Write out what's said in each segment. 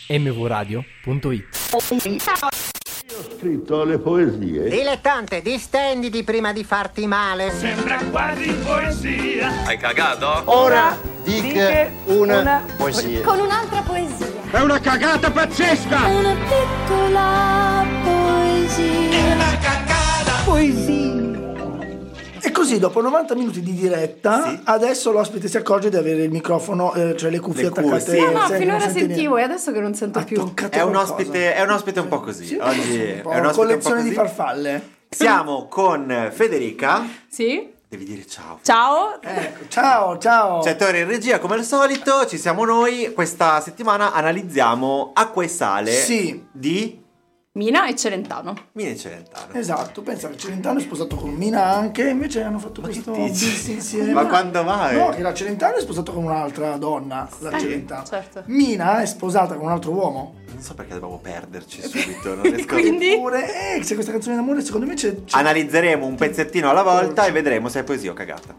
mvradio.it. Ho scritto le poesie. Dilettante, distenditi prima di farti male. Sembra quasi poesia. Hai cagato? Ora dica una poesia. Con un'altra poesia. È una cagata pazzesca! Una piccola poesia. Una cagata. Poesia. E così dopo 90 minuti di diretta, Sì. adesso l'ospite si accorge di avere il microfono, cioè le cuffie attaccate. cuffie. No, senti, finora non senti sentivo niente. e adesso che non sento più. Toccate È un qualcosa. ospite un po' così. Sì, Oggi un po' è un ospite collezione un po' di così. farfalle. Siamo con Federica. Sì? Devi dire ciao. Ciao. Ecco, ciao. C'è Tori in regia come al solito, ci siamo noi. Questa settimana analizziamo Acqua e Sale Sì. di Mina e Celentano. Mina e Celentano. Esatto, pensa che Celentano è sposato con Mina anche, invece hanno fatto questo che dici? bis insieme. Ma quando mai? No, che la Celentano è sposato con un'altra donna, la Celentano. certo. Mina è sposata con un altro uomo. Non so perché dobbiamo perderci subito. Non riesco Quindi? Eppure, se questa canzone d'amore secondo me c'è... Analizzeremo un pezzettino alla volta e vedremo se è poesia o cagata.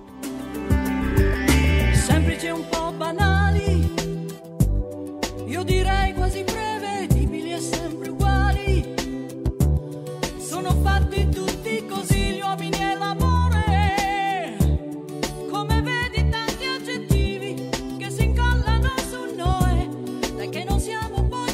Semplici e un po' banali, io direi quasi prevedibili e sempre uguali. Sono fatti tutti così gli uomini e l'amore. Come vedi tanti aggettivi che si incollano su noi, dai che non siamo poi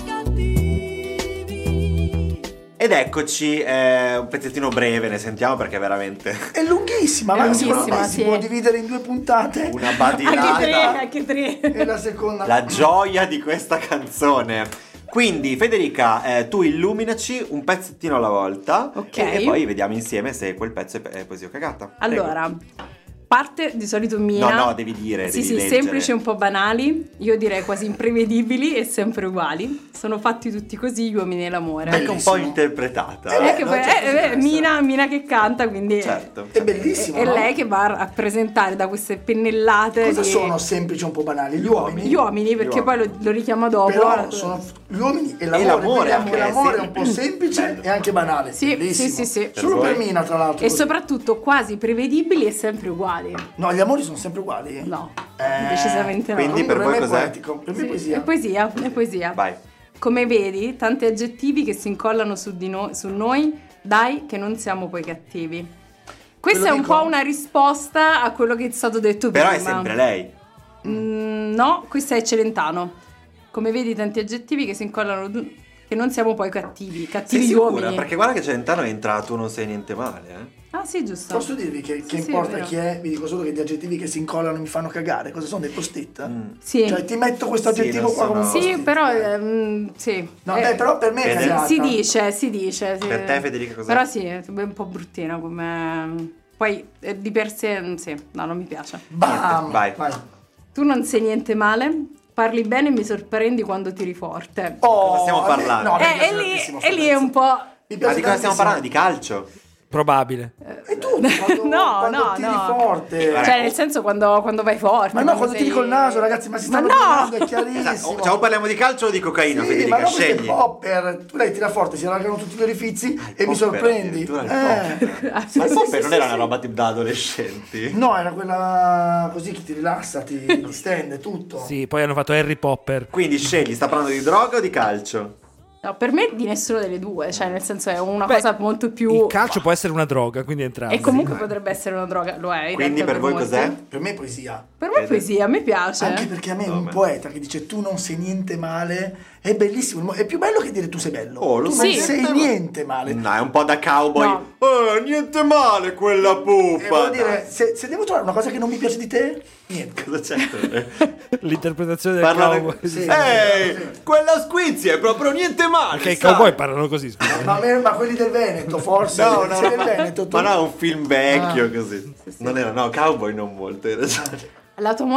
cattivi. Ed eccoci, un pezzettino breve, ne sentiamo perché veramente È lunghissima, È ma lunghissima, secondo me si sì. può dividere in 2 puntate. una Anche badilata. tre. E la seconda... La gioia di questa canzone. Quindi Federica, tu illuminaci un pezzettino alla volta. Ok. E poi vediamo insieme se quel pezzo è poesia o cagata. Prego. Allora, parte di solito Mina. No, devi dire, Sì, devi sì, leggere. semplici e un po' banali. Io direi quasi imprevedibili e sempre uguali. Sono fatti tutti così gli uomini e l'amore. Anche un po' interpretata. Eh, Che no, poi- certo, sì, Mina che canta, quindi Certo. È bellissimo, è no? lei che va a presentare da queste pennellate Cosa di- sono semplici un po' banali? Gli uomini? gli uomini, perché poi lo richiama dopo. Però sono gli uomini e l'amore, l'amore quindi anche anche, l'amore sì. è un po' semplice e anche banale. Sì, Bellissimo. sì. Solo Per per voi? Mina, tra l'altro. E così. soprattutto quasi prevedibili e sempre uguali. No, gli amori sono sempre uguali? No, decisamente no. quindi per voi me è cos'è? poetico, per me Sì, è poesia. è poesia. Vai. Come vedi, tanti aggettivi che si incollano su noi, dai che non siamo poi cattivi. Questa Te lo è un dico? po' una risposta a quello che è stato detto Però prima. è sempre lei. No, questa è Celentano. Come vedi, tanti aggettivi che si incollano che non siamo poi cattivi Sei gli sicura? uomini. Perché guarda che Celentano è entrato, non sei niente male, eh? Ah, sì, giusto. Posso dirvi che Sì, sì, importa è vero. chi è? Vi dico solo che gli aggettivi che si incollano mi fanno cagare. Cosa sono, dei post-it? Sì. Cioè ti metto questo Sì, aggettivo non qua come un sono- Sì, post-it. però sì. No, beh, però per me è Fede- cagata. Si dice, sì. Per te, Federica, cos'è? Però sì, è un po' bruttina come... Poi di per sé, sì, no, non mi piace. Bam! Vai. Tu non sei niente male, parli bene e mi sorprendi quando tiri forte. Oh, Cosa stiamo parlando? No, mi piace E tantissimo lì sto è un pezzo. po'... Mi Ma piace di cosa stiamo tantissimo. parlando? Di calcio? Probabile. E tu, quando, No, quando no, tiri no. forte. Cioè, nel senso quando vai forte. Ma no, quando sei- tiri col naso, ragazzi, ma si sta Ma no! parlando, è chiarissimo. Cioè, o parliamo di calcio o di cocaina, Sì, Federica? ma no, questo è Scegli. popper. Tu lei tira forte, si allargano tutti gli orifizi e mi popper, sorprendi. addirittura il popper. Ah, sì, Ma il sì, popper sì, non sì, era sì. una roba tipo da adolescenti? No, era quella così che ti rilassa, ti distende tutto. Sì, poi hanno fatto Harry Popper. Quindi scegli, sta parlando di droga o di calcio? No, per me di nessuna delle due, cioè nel senso è una Beh, cosa molto più... Il calcio può essere una droga, quindi entrambi. E comunque potrebbe essere una droga, lo è. in Quindi realtà per voi molti. cos'è? Per me è poesia. Per me è poesia, a me piace. Anche perché a me un Come? poeta che dice tu non sei niente male è bellissimo. È più bello che dire tu sei bello. Oh, lo tu so. non Sì. sei niente male. No, è un po' da cowboy. No. Niente male quella E pupa. vuol dire, se devo trovare una cosa che non mi piace di te, niente. Cosa c'è? L'interpretazione del Parlano... cowboy. Sì. Ehi, quella squizia è proprio niente male. Perché i sai? cowboy parlano così, scusa. Ma quelli del Veneto, forse. No, sei del Veneto, tu. Ma no, è un film vecchio Ah. così. Non era, no, cowboy non molto, hai ragione. La tua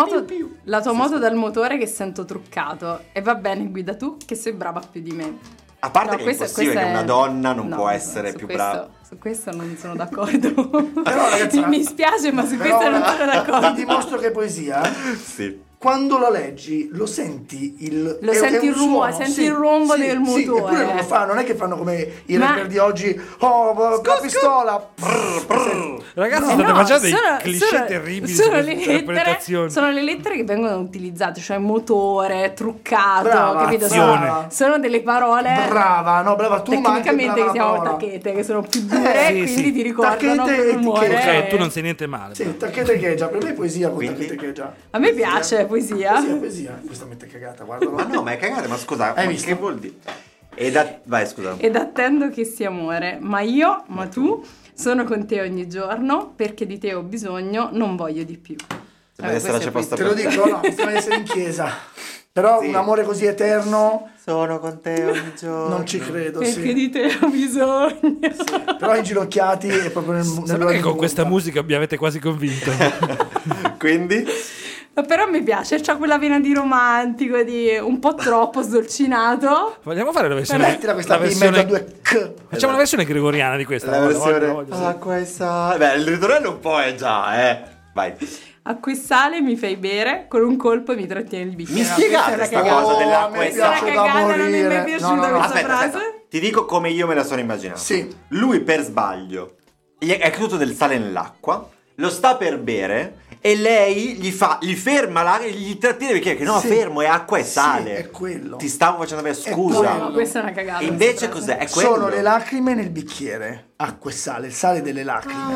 moto dal motore che sento truccato. E va bene, guida tu che sei brava più di me. A parte No, che è questa- impossibile questa che una è- donna non no, può no, essere su più questo- brava. Su questo non sono d'accordo. Però, ragazzi, mi spiace, ma su Però questo non ora sono vi d'accordo. dimostro che è poesia. Sì. quando la leggi lo senti il senti il rumore, suono, senti il rombo del Sì, motore. eppure non lo fa, non è che fanno come i rapper di oggi, la pistola. Ragazzi, state facendo dei cliché terribili su queste interpretazioni. Sono le lettere che vengono utilizzate, cioè motore, truccato, Brava, capito? azione. Sono delle parole Brava tu, ma anche tecnicamente brava che siamo parola. tacchete, che sono più dure, sì, quindi sì. ti ricordano Tacchete quel e rumore. etichetta. Ok, tu non sei niente male. Sì, tacchete che già, per me è poesia con Quindi? tacchete che già. A me piace poesia. Poesia, questa mette cagata, guardalo. Ma no, ma è cagata, ma scusa, Hai ma visto? che vuol dire? Vai, scusa. Ed attendo che sia amore, ma tu sono con te ogni giorno perché di te ho bisogno, non voglio di più. Sembra essere la Questo è ceposta Te lo per te. dico, no, stiamo essere in chiesa. Però Sì. un amore così eterno Sono con te ogni giorno. non ci credo, perché sì. di te ho bisogno. Però inginocchiati è proprio nel Sembra che con questa musica mi avete quasi convinto. Quindi? Però mi piace, c'ha quella vena di romantico, di un po' troppo sdolcinato. Vogliamo fare la versione? Mettila questa la B in mezzo a versione due K. facciamo una versione gregoriana di questa. La versione voglio, sì. acqua e sale. Beh, il ritornello un po' è già, Vai. Acqua e sale mi fai bere, con un colpo mi trattieni il bicchiere. Mi spiegate Questa è sta una cosa cagata. dell'acqua a me e Questa è una sale? piace da cagata, non mi è mai morire. piaciuta No, no, no. questa Aspetta, frase. aspetta. Ti dico come io me la sono immaginata. Sì. Lui per sbaglio gli è caduto del sale nell'acqua, lo sta per bere e lei gli ferma gli trattiene perché che no, Sì. fermo, è acqua e Sì, sale. è quello. Ti stavo facendo bere, È scusa. quello. No, questa è una cagata. E invece questa cos'è? frase. È quello. Sono le lacrime nel bicchiere. Acqua e sale, il sale delle lacrime.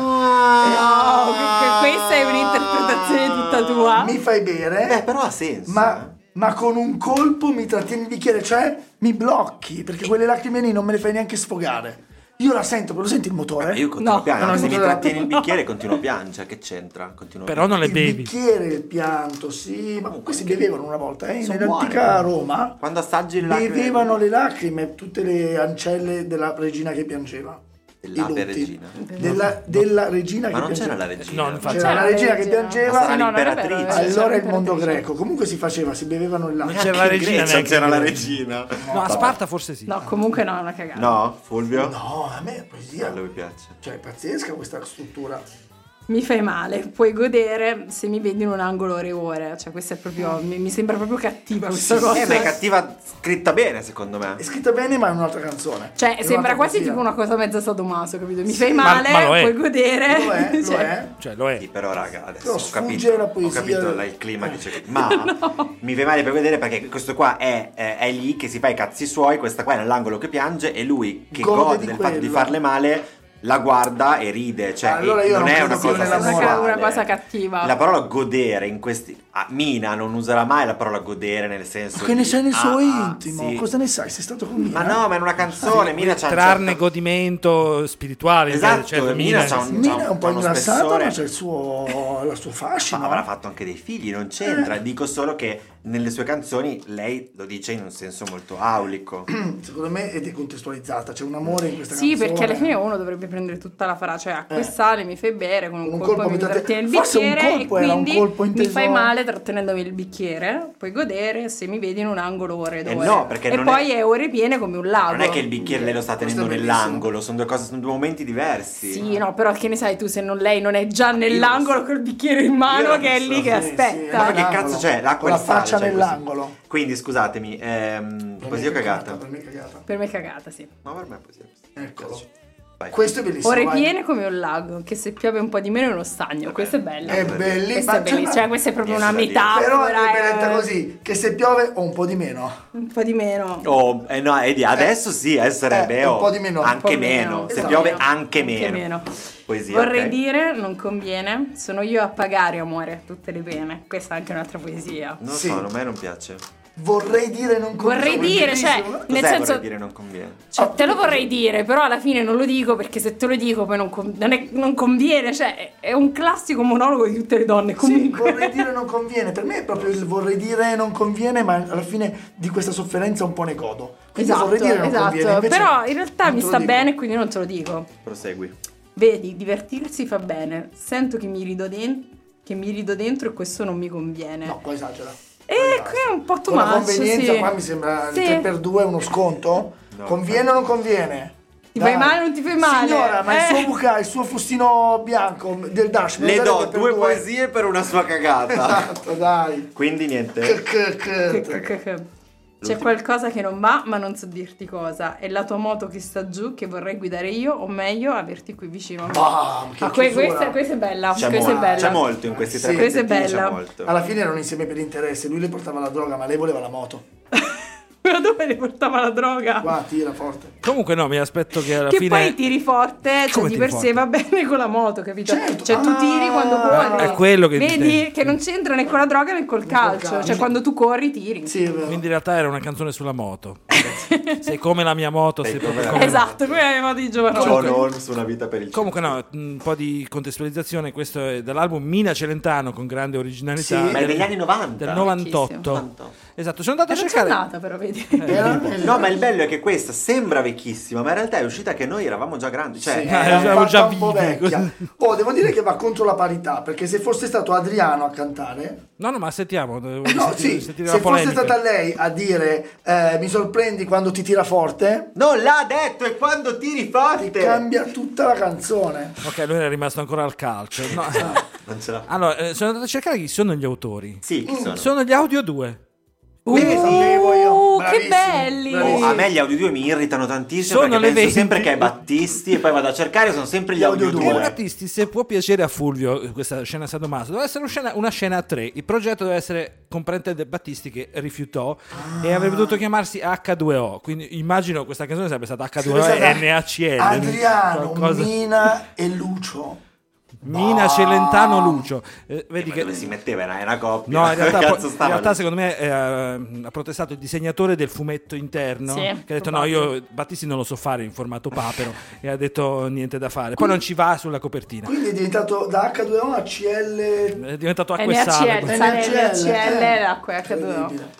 No, questa è un'interpretazione tutta tua. Mi fai bere, Beh, però ha senso. ma con un colpo mi trattieni il bicchiere, cioè mi blocchi, perché quelle lacrime lì non me le fai neanche sfogare. Io la sento, lo senti il motore? Io continuo No. a piangere, No, se mi no, trattieni il bicchiere continuo a piangere, che c'entra? Continuo a Però non le Il bevi. bicchiere, il pianto, sì, ma questi bevevano una volta, Sono nell'antica buone. Roma Quando assaggi le lacrime bevevano le lacrime, tutte le ancelle della regina che piangeva. dell'ape I lutti. regina. Della regina Ma che non piangeva. c'era la regina. No, infatti. C'era la regina che piangeva. Ma sarà Sì, no, non è vero, l'imperatrice. c'era Allora il mondo l'imperatrice. greco. Comunque si faceva, si bevevano il latte. c'era la regina, Grecia neanche c'era la in regina. No, a Sparta forse sì. No, comunque no, è una cagata. No, Fulvio? No, a me è poesia. Bello, mi piace. Cioè, è pazzesca questa struttura. Mi fai male, puoi godere se mi vedi in un angolo ore e ore. Cioè, questa è proprio. Mi sembra proprio cattiva questa cosa. Ma è cattiva scritta bene, secondo me. È scritta bene, ma è un'altra canzone. Cioè, È sembra un'altra quasi poesia. tipo una cosa mezza sadomaso, capito? Mi Sì, fai ma male, lo è. puoi godere. Lo è, lo Cioè, è. Cioè, lo è. Sì, però raga, adesso Però ho sfugge capito, la poesia. ho capito il clima che c'è. Ma mi fai male per vedere perché questo qua è lì che si fa i cazzi suoi, questa qua è nell'angolo che piange e lui che Gode gode di del fatto di quello. farle male la guarda e ride, cioè Allora e io non non è credo una più cosa nell'amore. sessuale. Una cosa cattiva. La parola godere in questi Mina non userà mai la parola godere nel senso Ma che ne di- sai nel suo intimo? sì. Cosa ne sai? Sei stato con Mina? Ma no, ma è una canzone, Mina c'ha un Trarne certo- godimento spirituale. Esatto, cioè, Mina c'ha un- Mina è un po' uno ingrassata, spessore. ma c'è il suo fascino. Ma avrà fatto anche dei figli, non c'entra. Dico solo che nelle sue canzoni lei lo dice in un senso molto aulico. Secondo me è decontestualizzata, c'è un amore in questa Sì, canzone. perché alla fine uno dovrebbe prendere tutta la frase, cioè acqua e sale, mi fai bere, con un colpo mi trattieni il Forse un bicchiere e colpo era un quindi colpo mi inteso- fai male trattenendomi il bicchiere, puoi godere se mi vedi in un angolo ore ed ore. no, perché e non poi è- è ore piene come un lago. Non è che il bicchiere lei lo sta tenendo Questo è bellissimo. nell'angolo, sono due cose, sono due momenti diversi. Sì, no, però che ne sai tu se non lei non è già nell'angolo so. col bicchiere in mano Io che è non lì so, che sì, aspetta. Ma che Nell'angolo. cazzo c'è? L'acqua Con e la il sale, faccia cioè, nell'angolo. Quindi scusatemi, poesia o cagata? Per me è cagata. Per me è cagata, sì. No, per me è poesia. Eccolo. Vai. Questo è bellissimo. Ore vai. piene come un lago, che se piove un po' di meno è uno stagno. Questa è bella. È bellissimo. Questa è bellissima, cioè questa è proprio una Niente da dire. Però metafora. è detta così, che se piove o un po' di meno. Un po' di meno. Oh, no, adesso sì, sarebbe un po' di meno. anche Un po' meno. Se esatto. piove anche Anche meno. Poesia, Vorrei ok? dire, non conviene, sono io a pagare, amore, tutte le pene. Questa è anche un'altra poesia. Non Sì. so, a me non piace. Vorrei dire non Vorrei dire, cioè, Cos'è nel senso, vorrei dire non conviene? cioè, te lo vorrei dire, però alla fine non lo dico perché se te lo dico poi non conviene, cioè è un classico monologo di tutte le donne Sì, comunque. vorrei dire non conviene. Per me è proprio il vorrei dire non conviene, ma alla fine di questa sofferenza un po' ne godo. Quindi Esatto, vorrei dire non conviene. esatto. Invece Però in realtà non mi te lo sta dico. bene quindi non te lo dico. Prosegui. Vedi, divertirsi fa bene. Sento che mi rido dentro e questo non mi conviene. No, qua esagera. E qui è un po' too Con la much, convenienza sì. qua mi sembra il Sì. 3x2 uno sconto. No, Conviene o non conviene? Ti fai male o non ti fai male? Signora, ma il suo buca, il suo fustino bianco del Dash me lo Le do darebbe per 2 poesie per una sua cagata. Esatto, dai. Quindi niente. C'è qualcosa che non va, ma non so dirti cosa. È la tua moto che sta giù, che vorrei guidare io, o meglio averti qui vicino a me. Questa è bella. C'è molto in questi tre questa è pezzettini, bella. c'è molto. Alla fine erano insieme per interesse, lui le portava la droga, ma lei voleva la moto. Ma dove le portava la droga? Qua tira forte. Comunque no, mi aspetto che alla che fine... poi tiri forte, cioè di per sé va bene con la moto, capito? Certo. Cioè tu tiri quando corri. È quello che vedi che non c'entra né con la droga né col calcio. Cioè quando tu corri tiri. Sì, è vero. Quindi in realtà era una canzone sulla moto. Sei come la mia moto, sei proprio come... Esatto, come la moto di Giovanni. John Holmes, Una vita per il cielo. Comunque no, un po' di contestualizzazione, questo è dall'album Mina Celentano con grande originalità. Sì. Ma è degli anni 90. Del 98. Esatto, sono andato a Non c'è cercare... nata però, vedi. No, ma il bello è che questa sembra vecchissima, ma in realtà è uscita che noi eravamo già grandi. Cioè, Sì, eravamo già un po' vivi. vecchia. Oh, devo dire che va contro la parità, perché se fosse stato Adriano a cantare, No, ma sentiamo. no, sì, se fosse stata lei a dire mi sorprendi quando ti tira forte, non l'ha detto, è quando tiri forte. cambia tutta la canzone. Ok, lui era rimasto ancora al calcio. No. Non ce l'ha. Allora, sono andato a cercare chi sono gli autori. Sì, chi sono? Sono gli Audio 2. Sapevo io. Che Bravissimi, belli! bravissimi. A me gli Audio 2 mi irritano tantissimo Sono perché le penso 20. sempre che è Battisti e poi vado a cercare, sono sempre gli Audio 2. Battisti, se può piacere a Fulvio questa scena sadomaso, doveva essere una scena a 3. Il progetto doveva essere comprendente Battisti che rifiutò e avrebbe dovuto chiamarsi H2O. Quindi immagino questa canzone sarebbe stata H2O e NaCl. Adriano, Qualcosa- Mina e Lucio. Mina Celentano Lucio. Vedi Ma che dove si metteva? Era una coppia. no, in realtà, Cazzo in stava realtà lì? secondo me ha protestato il disegnatore del fumetto interno Sì, che ha detto no, io Battisti non lo so fare in formato papero e ha detto niente da fare. Poi non ci va sulla copertina. Quindi è diventato da H2O a CL. È diventato acqua e sale. NaCl, sale l'acqua e H2O. Incredibile.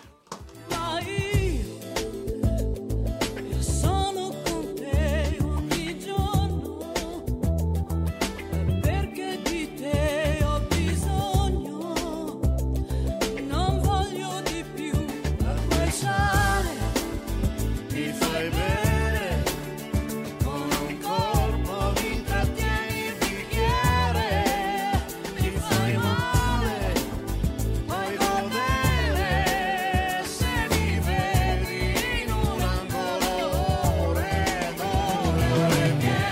Io sono con te ogni giorno, perché di te ho bisogno, non voglio di più acqua e sale, mi fai bene, con un colpo mi intrattieni il bicchiere, mi fai male, puoi godere, se mi vedi in un angolo ore ed ore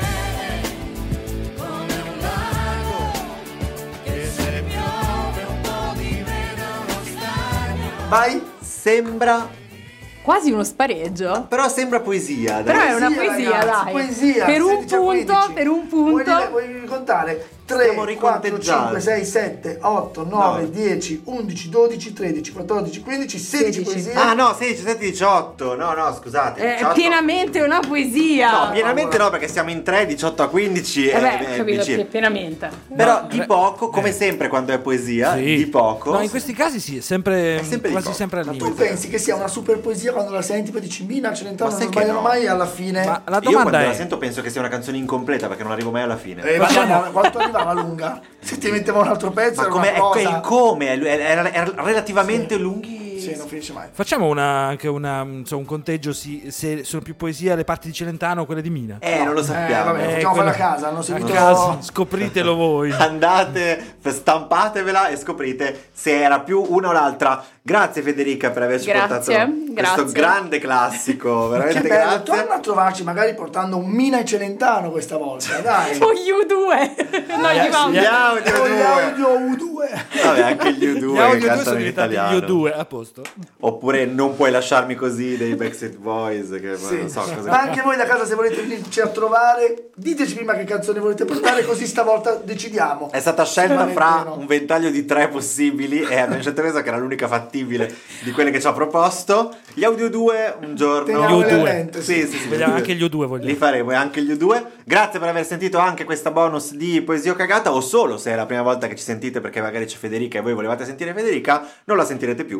piene, come un lago, che se piove un po' diventa uno stagno. Vai. Sembra, Quasi uno spareggio. però sembra poesia. Dai. Però è una poesia, ragazzi, dai. poesia, Per un 16 a punto, 15. per un punto. Vuoi contare? Stiamo 3, 4, riconteggiando. 5, 6, 7, 8, 9, No. 10, 11, 12, 13, 14, 15, 16 poesie. Ah no, 16, 17, 18. No, scusate. È 18. pienamente una poesia. No, pienamente no, perché siamo in 3, 18 a 15 Vabbè, capito, vicino. pienamente. Però di poco, come sempre quando è poesia, Sì. di poco. No, in questi casi sì, è sempre, È sempre di quasi poco. sempre al Ma tu limite. pensi che sia una super poesia quando la senti poi dici Mina, Celentano, Ma non sai che sbagliano no? mai e alla fine. Ma la Io domanda quando la è: sento penso che sia una canzone incompleta perché non arrivo mai alla fine. Ma quanto arrivava lunga? Se ti metteva un altro pezzo Ma era come una cosa. è il come? Era relativamente lunghi. Sì, non finisce mai. facciamo anche un conteggio se sono più poesie le parti di Celentano o quelle di Mina. Non lo sappiamo. Vabbè, facciamo quello- fare a casa, hanno A seguito. casa, scopritelo voi. Andate, stampatevela e scoprite se era più una o l'altra. Grazie Federica per averci portato questo grazie. grande classico. Che Veramente bello, grazie. torna a trovarci magari portando un Mina e Celentano questa volta, dai. O U2. No, gli va. Gli Audio Con gli 2. audio U2. Vabbè, anche gli Gli U2 Audio che 2 cantano sono in diventati gli italiano. U2, a posto. Oppure Non puoi lasciarmi così dei Backstreet Boys che Sì. non so cosa. Ma anche voi da casa se volete venirci a trovare, diteci prima che canzone volete portare, così stavolta decidiamo. È stata scelta Sì, fra no. un ventaglio di 3 possibili e abbiamo scelto questa che era l'unica fattibile di quelle che ci ha proposto. Gli Audio 2 un giorno. Teniamo Gli U2. le lente, Sì. Vogliamo anche gli U2 vogliamo. Li faremo e anche gli U2. Grazie per aver sentito anche questa bonus di Poesia o Cagata, o solo se è la prima volta che ci sentite perché magari c'è Federica e voi volevate sentire Federica, non la sentirete più perché Mai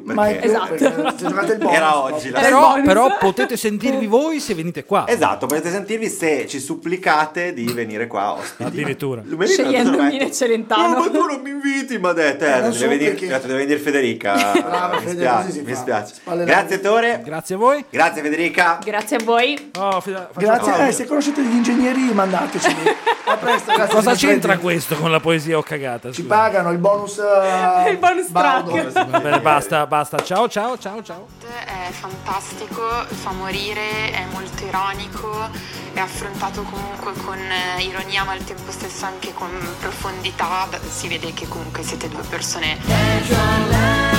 Esatto. perché se giocate il bonus, Era oggi la Però potete sentirvi voi se venite qua. Esatto, potete sentirvi se ci supplicate di venire qua ospiti. Addirittura. Scegliendomi nel Celentano. Ma tu non mi inviti, ma dette, non so deve perché. venire Federica. Brava, mi Fede, spiace, così si mi fa. spiace. Spalle Grazie Tore, Grazie a voi. grazie Federica. Grazie a voi. Grazie, se conoscete degli ingegneri mandateceli. A presto, grazie. Cosa signor c'entra Freddy. questo con la poesia o cagata? Ci Scusa. pagano il bonus. Il bonus Baudo. track. Va bene, basta. Ciao. È fantastico, fa morire, è molto ironico, è affrontato comunque con ironia ma al tempo stesso anche con profondità. Si vede che comunque siete due persone